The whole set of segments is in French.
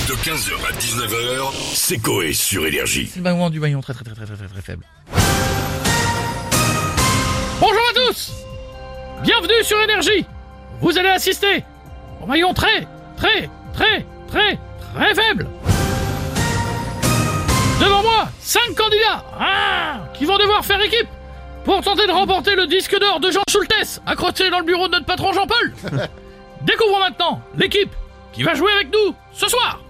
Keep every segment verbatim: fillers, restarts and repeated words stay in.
De quinze heures à dix-neuf heures, c'est Coé sur Énergie. C'est le baillon du baillon très très très très très très très faible. Bonjour à tous. Bienvenue sur Énergie. Vous allez assister au maillon très très très très très faible. Devant moi, cinq candidats ah, qui vont devoir faire équipe pour tenter de remporter le disque d'or de Jean Schultes, accroché dans le bureau de notre patron Jean-Paul. Découvrons maintenant l'équipe qui va jouer avec nous ce soir.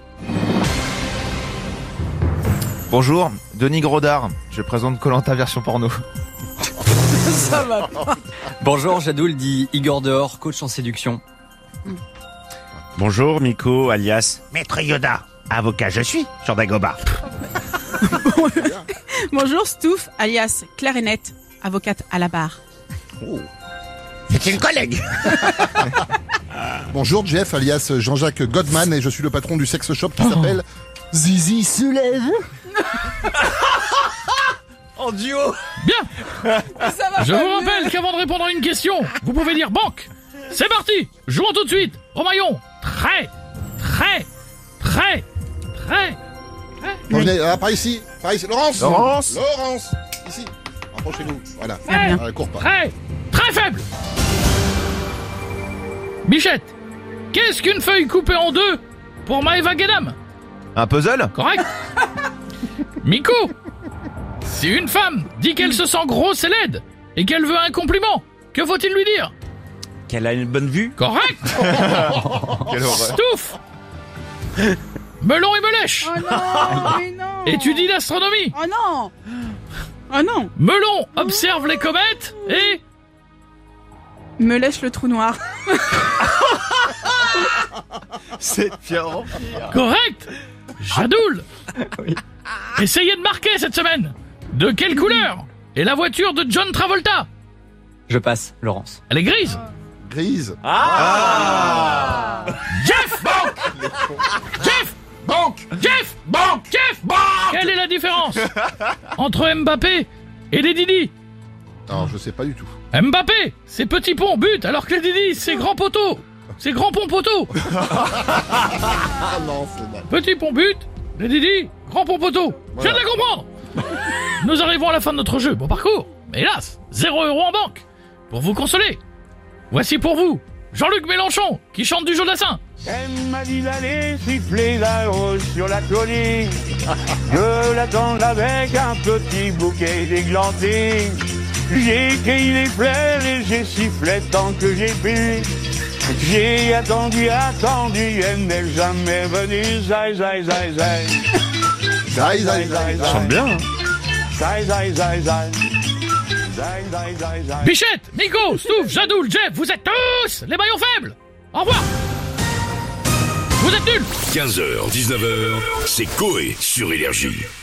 Bonjour, Denis Grodard, je présente Koh-Lanta version porno. Ça va pas. Bonjour, Jadoul dit Igor Dehors, coach en séduction. Bonjour, Miko, alias Maître Yoda, avocat je suis sur Dagoba. Bonjour, Stouff, alias Clarinette, avocate à la barre. Oh. C'est une collègue. Bonjour, Jeff, alias Jean-Jacques Godman, et je suis le patron du sex shop qui s'appelle Zizi Soulève. En duo. Bien. Je vous rappelle qu'avant de répondre à une question, vous pouvez dire banque. C'est parti. Jouons tout de suite au maillon très, très, très, très, très... Venez, ah, par ici, par ici. Laurence Laurence Laurence Ici, rapprochez-vous, voilà. Très, Ah, cours pas. très, très faible. Bichette, qu'est-ce qu'une feuille coupée en deux pour Maëva Guédam? Un puzzle? Correct. Miko, si une femme dit qu'elle se sent grosse et laide et qu'elle veut un compliment, que faut-il lui dire? Qu'elle a une bonne vue. Correct. Quelle horreur. Stouffe. Melon et Melèche. Oh non, mais non. Étudie l'astronomie. Oh non. Oh non. Melon observe les comètes et... Me lèche le trou noir. C'est pire en pire. Correct. Jadoul. Oui. Essayez de marquer cette semaine. De quelle couleur est la voiture de John Travolta? Je passe, Laurence. Elle est grise. Grise. Ah. Jeff. Banque. Jeff. Banque Jeff. Banque. Jeff. Banque. Quelle est la différence entre Mbappé et les Didi? Alors, je sais pas du tout. Mbappé, c'est petit pont, but, alors que les Didi, c'est grand poteau. C'est grand pont poteau. Ah non, c'est mal. Petit pont but, les Didi, grand pont poteau. Je viens de la comprendre. Nous arrivons à la fin de notre jeu, bon parcours. Mais hélas, zéro euro en banque. Pour vous consoler, voici pour vous Jean-Luc Mélenchon qui chante du Jodassin. Elle m'a dit d'aller siffler la rose sur la colline. Je l'attends avec un petit bouquet d'églantines. J'ai cueilli les fleurs et j'ai sifflé tant que j'ai pu. J'ai attendu, attendu, elle n'est jamais venue. Zai, zai, zai, zai. Zai, zai, zai, zai. Chante bien. Hein. Zai, zai, zai, zai. Zai, zai, zai, zai. Bichette, Miko, Stouff, Jadoul, Jeff, vous êtes tous les maillons faibles. Au revoir. Vous êtes nuls. quinze heures, dix-neuf heures, c'est Coé sur Énergie.